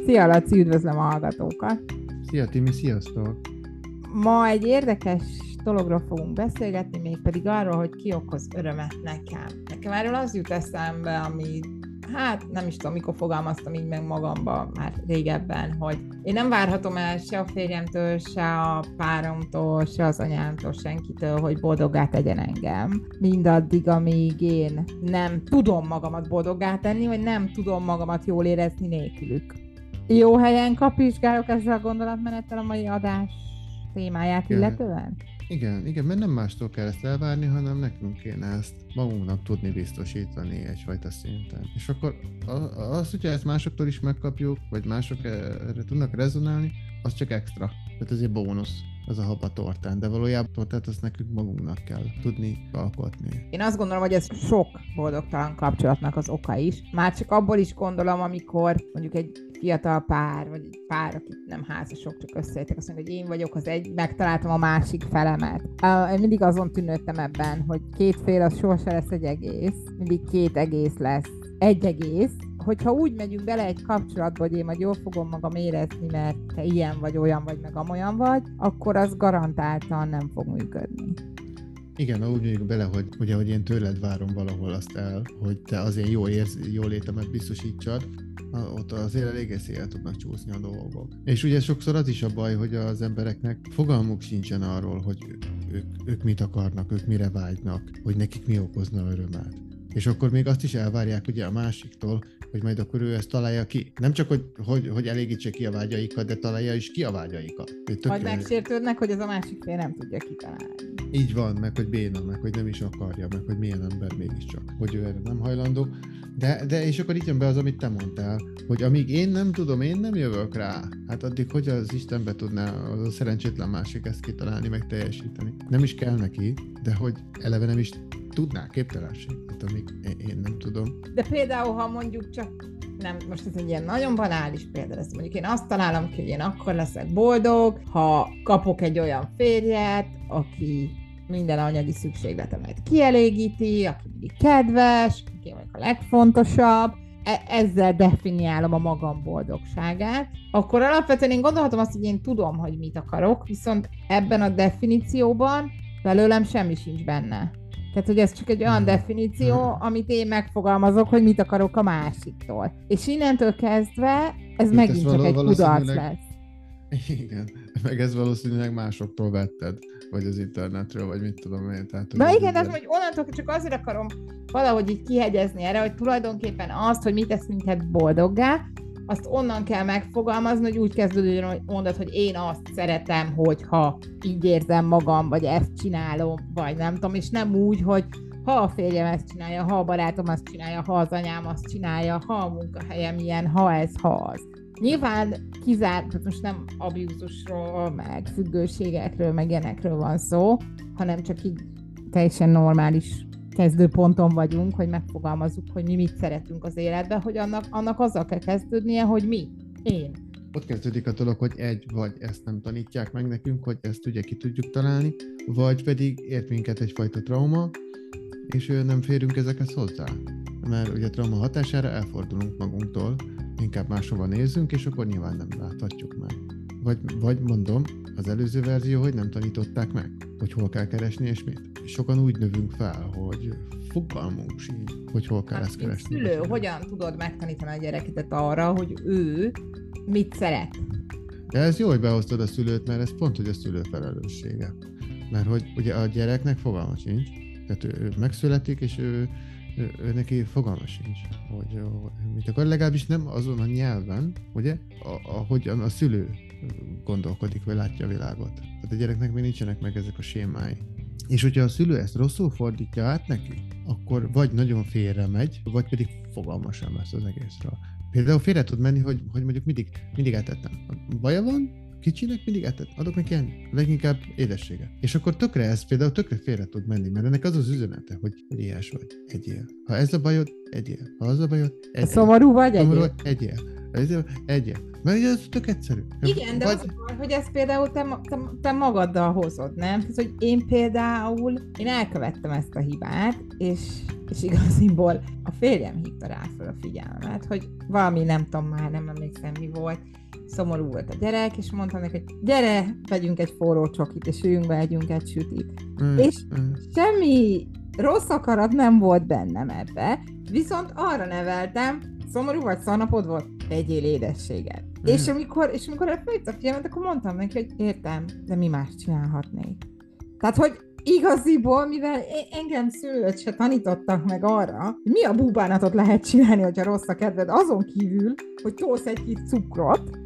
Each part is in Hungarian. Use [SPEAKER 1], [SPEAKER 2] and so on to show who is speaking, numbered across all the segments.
[SPEAKER 1] Szia, Laci, üdvözlöm a hallgatókat!
[SPEAKER 2] Szia Timi, sziasztok!
[SPEAKER 1] Ma egy érdekes dologról fogunk beszélgetni, mégpedig arról, hogy ki okoz örömet nekem. Nekem erről az jut eszembe, ami, nem is tudom, mikor fogalmaztam így meg magamba már régebben, hogy én nem várhatom el se a férjemtől, se a páromtól, se az anyámtól, senkitől, hogy boldoggá tegyen engem. Mindaddig, amíg én nem tudom magamat boldoggá tenni, vagy nem tudom magamat jól érezni nélkülük. Jó helyen kapizsgálok ezzel a gondolatmenettel a mai adás témáját illetően?
[SPEAKER 2] Igen, mert nem mástól kell ezt elvárni, hanem nekünk kéne ezt magunknak tudni biztosítani egyfajta szinten. És akkor az, hogyha ezt másoktól is megkapjuk, vagy mások erre tudnak rezonálni, az csak extra. Tehát ez egy bónusz, az a hab a tortán, de valójában tehát azt nekünk magunknak kell tudni alkotni.
[SPEAKER 1] Én azt gondolom, hogy ez sok boldogtalan kapcsolatnak az oka is. Már csak abból is gondolom, amikor mondjuk egy fiatal pár, vagy egy pár, akik nem házasok, csak összejöttek, azt mondják, hogy én vagyok az egy, megtaláltam a másik felemet. Én mindig azon tűnődtem ebben, hogy két fél az sohasem lesz egy egész, mindig két egész lesz egy egész. Hogyha úgy megyünk bele egy kapcsolatba, hogy én majd jól fogom magam érezni, mert te ilyen vagy, olyan vagy, meg amolyan vagy, akkor az garantáltan nem fog működni.
[SPEAKER 2] Igen, úgy megyünk bele, hogy én tőled várom valahol azt el, hogy te az én jó létemet biztosítsad, ott azért elég eszélyel tudnak csúszni a dolgok. És ugye sokszor az is a baj, hogy az embereknek fogalmuk sincsen arról, hogy ők mit akarnak, ők mire vágynak, hogy nekik mi okozna örömet. És akkor még azt is elvárják ugye a másiktól, hogy majd akkor ő ezt találja ki. Nem csak, hogy elégítse ki a vágyaikat, de találja is ki a vágyaikat.
[SPEAKER 1] Vagy megsértődnek, hogy ez a másik fél nem tudja kitalálni.
[SPEAKER 2] Így van, meg hogy béna, meg hogy nem is akarja, meg hogy milyen ember mégiscsak, hogy ő erre nem hajlandó. De és akkor itt jön be az, amit te mondtál, hogy amíg én nem tudom, én nem jövök rá, hát addig hogy az Istenbe tudná az a szerencsétlen másik ezt kitalálni, meg teljesíteni. Nem is kell neki, de hogy eleve nem is tudná, képtelenség, hát amíg én nem tudom.
[SPEAKER 1] De például, ha mondjuk csak, nem, most ez egy ilyen nagyon banális példa lesz, mondjuk én azt találom ki, hogy én akkor leszek boldog, ha kapok egy olyan férjet, aki minden anyagi szükségletemet kielégíti, aki mindig kedves, aki vagyok a legfontosabb, ezzel definiálom a magam boldogságát, akkor alapvetően én gondolhatom azt, hogy én tudom, hogy mit akarok, viszont ebben a definícióban belőlem semmi sincs benne. Tehát, hogy ez csak egy olyan definíció, amit én megfogalmazok, hogy mit akarok a másiktól. És innentől kezdve ez megint csak egy kudarc lesz.
[SPEAKER 2] Igen, meg ez valószínűleg másoktól vetted, vagy az internetről, vagy mit tudom én. Tehát,
[SPEAKER 1] na igen, de hogy onnantól csak azért akarom valahogy így kihegyezni erre, hogy tulajdonképpen azt, hogy mit tesz minket boldoggá, azt onnan kell megfogalmazni, hogy úgy kezdődjön, hogy mondod, hogy én azt szeretem, hogyha így érzem magam, vagy ezt csinálom, vagy nem tudom, és nem úgy, hogy ha a férjem ezt csinálja, ha a barátom azt csinálja, ha az anyám azt csinálja, ha a munkahelyem ilyen, ha ez, ha az. Nyilván kizárt, most nem abúzusról, meg függőségekről, meg ilyenekről van szó, hanem csak így teljesen normális kezdőponton vagyunk, hogy megfogalmazzuk, hogy mi mit szeretünk az életben, hogy annak azzal kell kezdődnie, hogy mi, én.
[SPEAKER 2] Ott kezdődik a dolog, hogy vagy ezt nem tanítják meg nekünk, hogy ezt ugye ki tudjuk találni, vagy pedig ért minket egyfajta trauma, és nem férünk ezekhez hozzá. Mert ugye trauma hatására elfordulunk magunktól, inkább máshova nézzünk, és akkor nyilván nem láthatjuk meg. Vagy mondom, az előző verzió, hogy nem tanították meg, hogy hol kell keresni és mit. És sokan úgy növünk fel, hogy fogalmunk sincs, hogy hol kell ezt keresni.
[SPEAKER 1] Szülő, hogyan tudod megtanítani a gyerekedet arra, hogy ő mit szeret?
[SPEAKER 2] De ez jó, hogy behoztad a szülőt, mert ez pont, hogy a szülő felelőssége. Mert hogy ugye a gyereknek fogalma sincs, tehát ő megszületik, és ő neki fogalma sincs, hogy mit akar, legalábbis nem azon a nyelven, ugye, ahogyan a szülő gondolkodik, vagy látja a világot. Tehát a gyereknek még nincsenek meg ezek a sémái. És hogyha a szülő ezt rosszul fordítja át neki, akkor vagy nagyon félre megy, vagy pedig fogalma sem lesz az egészről. Például félre tud menni, hogy mondjuk mindig etettem. Baja van, kicsinek mindig etet, adok neki ennyi, leginkább édességet. És akkor tökre félre tud menni, mert ennek az az üzenete, hogy ilyes vagy, egyél. Ha ez a bajod, egyél. Ha az a bajod, egyél.
[SPEAKER 1] Szomorú vagy,
[SPEAKER 2] egyél. Egyél. Mert ugye ez tök egyszerű.
[SPEAKER 1] Igen, de az a baj, hogy ezt például te magaddal hozod, nem? Tehát, hogy én elkövettem ezt a hibát, és igaziból a férjem hívta rá fel a figyelmet, hogy valami, nem tudom már, nem emlékszem mi volt, szomorú volt a gyerek, és mondtam neki, hogy gyere, vegyünk egy forró csokit, és üljünk be, együnk egy sütit. És semmi rossz akarat nem volt bennem ebbe, viszont arra neveltem, szomorú vagy, szarnapod volt, tegyél édességet. És amikor elfelejtett a figyelmet, akkor mondtam neki, hogy értem, de mi más csinálhatnék. Tehát, hogy igaziból, mivel engem szülőt se tanítottak meg arra, hogy mi a búbánatot lehet csinálni, hogyha rossz a kedved, azon kívül, hogy tolsz egy kis cukrot.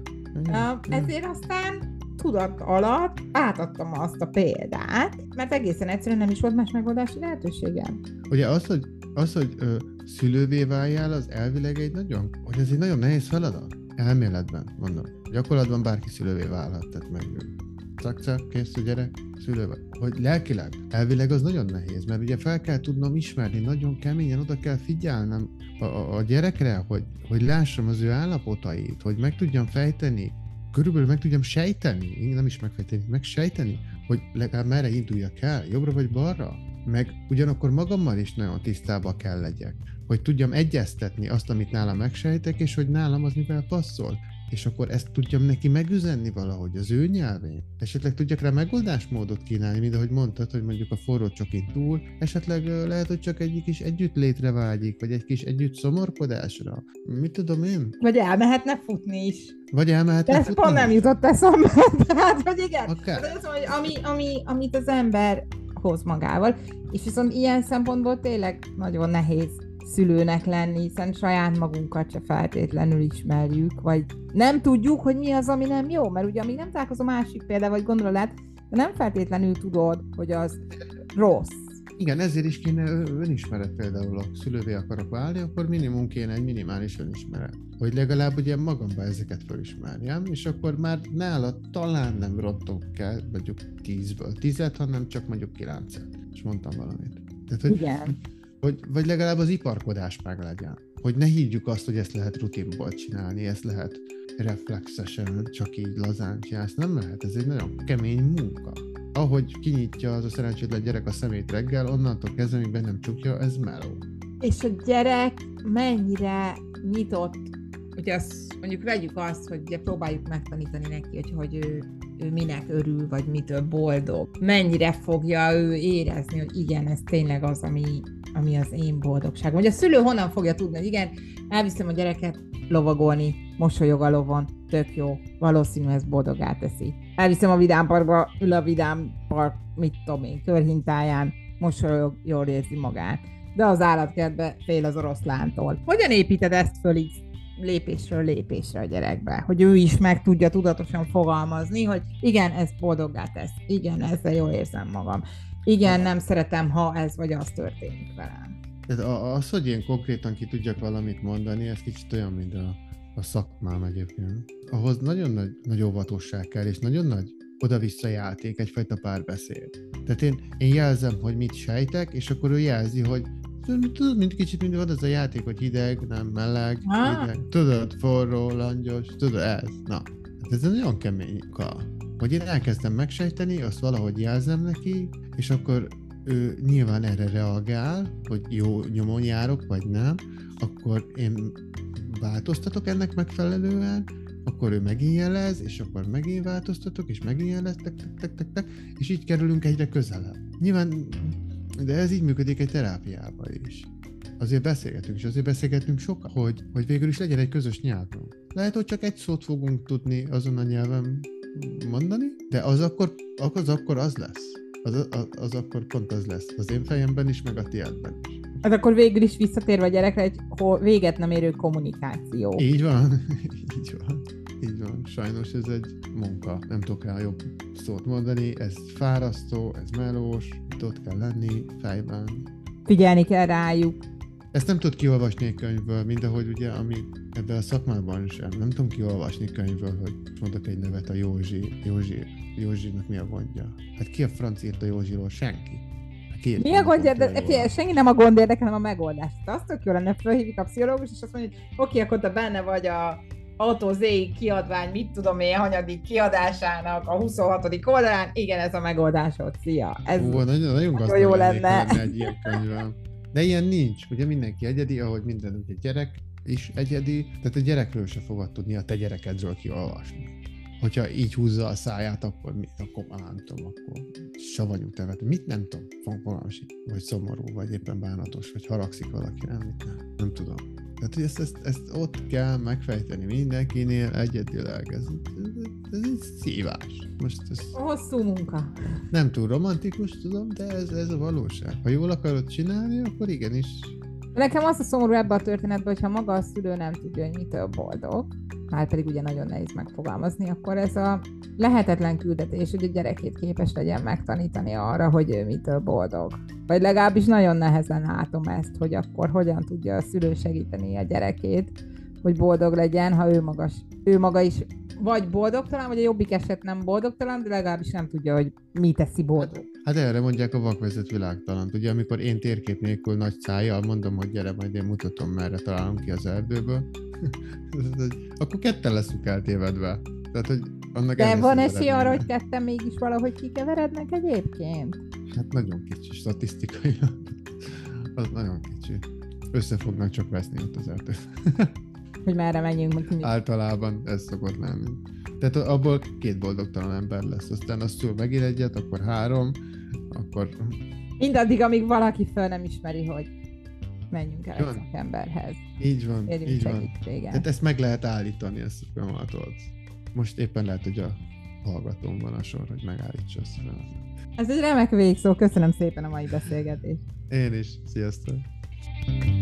[SPEAKER 1] Ezért aztán tudat alatt átadtam azt a példát, mert egészen egyszerűen nem is volt más megoldási lehetőségem.
[SPEAKER 2] Ugye az, hogy szülővé váljál, az elvileg hogy ez egy nagyon nehéz feladat. Elméletben, mondom. Gyakorlatban bárki szülővé válhat, tehát meg cak, kész a gyerek, szülő vagy. Hogy lelkileg, elvileg az nagyon nehéz, mert ugye fel kell tudnom ismerni, nagyon keményen oda kell figyelnem a gyerekre, hogy lássam az ő állapotait, hogy meg tudjam fejteni, körülbelül meg tudjam sejteni, nem is megfejteni, megsejteni, hogy legalább merre induljak el, jobbra vagy balra, meg ugyanakkor magammal is nagyon tisztában kell legyek, hogy tudjam egyeztetni azt, amit nálam megsejtek, és hogy nálam az mivel passzol. És akkor ezt tudjam neki megüzenni valahogy az ő nyelvén. Esetleg tudjak rá megoldásmódot kínálni, mint ahogy mondtad, hogy mondjuk a forró csokin túl, esetleg lehet, hogy csak egy kis együttlétre vágyik, vagy egy kis együtt szomorkodásra. Mit tudom én?
[SPEAKER 1] Vagy elmehetne futni is.
[SPEAKER 2] De
[SPEAKER 1] ez pont nem jutott eszembe. Tehát, hogy igen.
[SPEAKER 2] Akár.
[SPEAKER 1] Az, hogy amit az ember hoz magával. És viszont ilyen szempontból tényleg nagyon nehéz szülőnek lenni, hiszen saját magunkat se feltétlenül ismerjük, vagy nem tudjuk, hogy mi az, ami nem jó, mert ugye amíg nem találkozom másik például, vagy gondolat, de nem feltétlenül tudod, hogy az rossz.
[SPEAKER 2] Igen, ezért is kéne önismeret például, a szülővé akarok válni, akkor minimum kéne egy minimális önismeret. Hogy legalább ugye magamba ezeket felismerjem, és akkor már nála talán nem rontok el, mondjuk 10-ből 10-et, hanem csak mondjuk 9-et. És mondtam valamit. Tehát, hogy
[SPEAKER 1] igen.
[SPEAKER 2] Vagy legalább az iparkodás meg legyen. Hogy ne higgyük azt, hogy ezt lehet rutinból csinálni, ezt lehet reflexesen, csak így lazán csinálni. Ezt nem lehet, ez egy nagyon kemény munka. Ahogy kinyitja az a szerencsétlen gyerek a szemét reggel, onnantól kezdve, amíg bennem csukja, ez meló.
[SPEAKER 1] És a gyerek mennyire nyitott, hogy azt, mondjuk vegyük azt, hogy ugye próbáljuk megtanítani neki, hogy ő minek örül, vagy mitől boldog. Mennyire fogja ő érezni, hogy igen, ez tényleg az, ami az én boldogságom. Vagy a szülő honnan fogja tudni, hogy igen, elviszem a gyereket lovagolni, mosolyog a lovon, tök jó, valószínű ez boldoggá teszi. Elviszem a vidámparkba, ül a vidámpark, mit tudom én, körhintáján, mosolyog, jól érzi magát. De az állatkertbe fél az oroszlántól. Hogyan építed ezt föl így lépésről lépésre a gyerekbe? Hogy ő is meg tudja tudatosan fogalmazni, hogy igen, ez boldoggá tesz, igen, ezzel jól érzem magam. Igen, nem szeretem, ha ez vagy az történik velem.
[SPEAKER 2] Tehát az, hogy én konkrétan ki tudjak valamit mondani, ez kicsit olyan, mint a szakmám egyébként. Ahhoz nagyon nagy óvatosság kell, és nagyon nagy oda-vissza játék, egyfajta párbeszéd. Tehát én jelzem, hogy mit sejtek, és akkor ő jelzi, hogy tudod, mint kicsit mindig van ez a játék, hogy hideg, nem meleg, hideg. Tudod, forró, langyos, tudod, ez. Na, hát ez egy nagyon kemény munka. Hogy én elkezdem megsejteni, azt valahogy jelzem neki, és akkor ő nyilván erre reagál, hogy jó nyomon járok, vagy nem, akkor én változtatok ennek megfelelően, akkor ő megint jelez, és akkor megint változtatok, és megint jelez, és így kerülünk egyre közelebb. Nyilván, de ez így működik egy terápiában is. Azért beszélgetünk, és azért beszélgetünk sokat, hogy végül is legyen egy közös nyelvünk. Lehet, hogy csak egy szót fogunk tudni azon a nyelven mondani, de az akkor az lesz. Az akkor pont az lesz. Az én fejemben is, meg a tiédben is.
[SPEAKER 1] Hát akkor végül is visszatérve a gyerekre, egy véget nem érő kommunikáció.
[SPEAKER 2] Így van. Így van. Sajnos ez egy munka. Nem tudok rá jobb szót mondani. Ez fárasztó, ez melós, itt ott kell lenni, fejben.
[SPEAKER 1] Figyelni kell rájuk.
[SPEAKER 2] Ezt nem tudod kiolvasni egy könyvből, mint ahogy ugye, ami ebben a szakmában sem. Nem tudom kiolvasni könyvből, hogy mondok egy nevet, a Józsinak mi a gondja. Hát ki a franc írt a Józsiról? Senki. két
[SPEAKER 1] Mi a gond
[SPEAKER 2] hónapon
[SPEAKER 1] érdekel?
[SPEAKER 2] túl van.
[SPEAKER 1] Senki nem a gond érdekel, hanem a megoldás. Tehát azt tök jó lenne, fölhívjuk a pszichológus, és azt mondjuk, hogy oké, akkor te benne vagy a Autó Z kiadvány, mit tudom én, hanyadik kiadásának a 26. oldalán, igen, ez a megoldásod, szia. Ez
[SPEAKER 2] Nagyon gazdag
[SPEAKER 1] jó
[SPEAKER 2] lennék,
[SPEAKER 1] lenne.
[SPEAKER 2] ha lenne egy ilyen könyvem. De ilyen nincs, ugye mindenki egyedi, ahogy minden ugye gyerek is egyedi, tehát a gyerekről se fogod tudni a te gyerekedről kiolvasni. Hogyha így húzza a száját, akkor mi? Akkor már nem tudom, akkor savanyú tevet. Mit nem tudom, fogalmam sincs. Vagy szomorú, vagy éppen bánatos, vagy haragszik valaki, nem tudom. Tehát, hogy ezt ott kell megfejteni mindenkinél egyedileg. Ez egy szívás. Most ez
[SPEAKER 1] hosszú munka.
[SPEAKER 2] nem túl romantikus, tudom, de ez a valóság. Ha jól akarod csinálni, akkor igenis.
[SPEAKER 1] Nekem az a szomorú ebben a történetben, hogyha maga a szülő nem tudja, hogy mitől boldog, már pedig ugye nagyon nehéz megfogalmazni, akkor ez a lehetetlen küldetés, hogy a gyerekét képes legyen megtanítani arra, hogy ő mitől boldog. Vagy legalábbis nagyon nehezen látom ezt, hogy akkor hogyan tudja a szülő segíteni a gyerekét, hogy boldog legyen, ha ő maga is vagy boldogtalan, vagy a jobbik eset nem boldogtalan, de legalábbis nem tudja, hogy mi teszi boldog.
[SPEAKER 2] Hát erre mondják a vakvezet világtalant. Ugye amikor én térkép nélkül nagy szájjal mondom, hogy gyere, majd én mutatom, merre találunk ki az erdőből, akkor ketten leszünk eltévedve. Tehát, hogy annak
[SPEAKER 1] de van esély arra, hogy ketten mégis valahogy kikeverednek egyébként?
[SPEAKER 2] Hát nagyon kicsi statisztikailag. Az nagyon kicsi. Össze fognak csak veszni ott az erdő.
[SPEAKER 1] Hogy merre menjünk.
[SPEAKER 2] Általában ez szokott lenni. Tehát abból 2 boldogtalan ember lesz. Aztán azt szól megint egyet, akkor 3, akkor...
[SPEAKER 1] Mindaddig, amíg valaki föl nem ismeri, hogy menjünk el egy szakemberhez.
[SPEAKER 2] Így van, így van.
[SPEAKER 1] Segítséget.
[SPEAKER 2] Tehát ezt meg lehet állítani, ezt a folyamatot. Most éppen lehet, hogy a hallgatón van a sor, hogy megállítsa ezt.
[SPEAKER 1] Ez egy remek végszó, köszönöm szépen a mai beszélgetést.
[SPEAKER 2] Én is, sziasztok!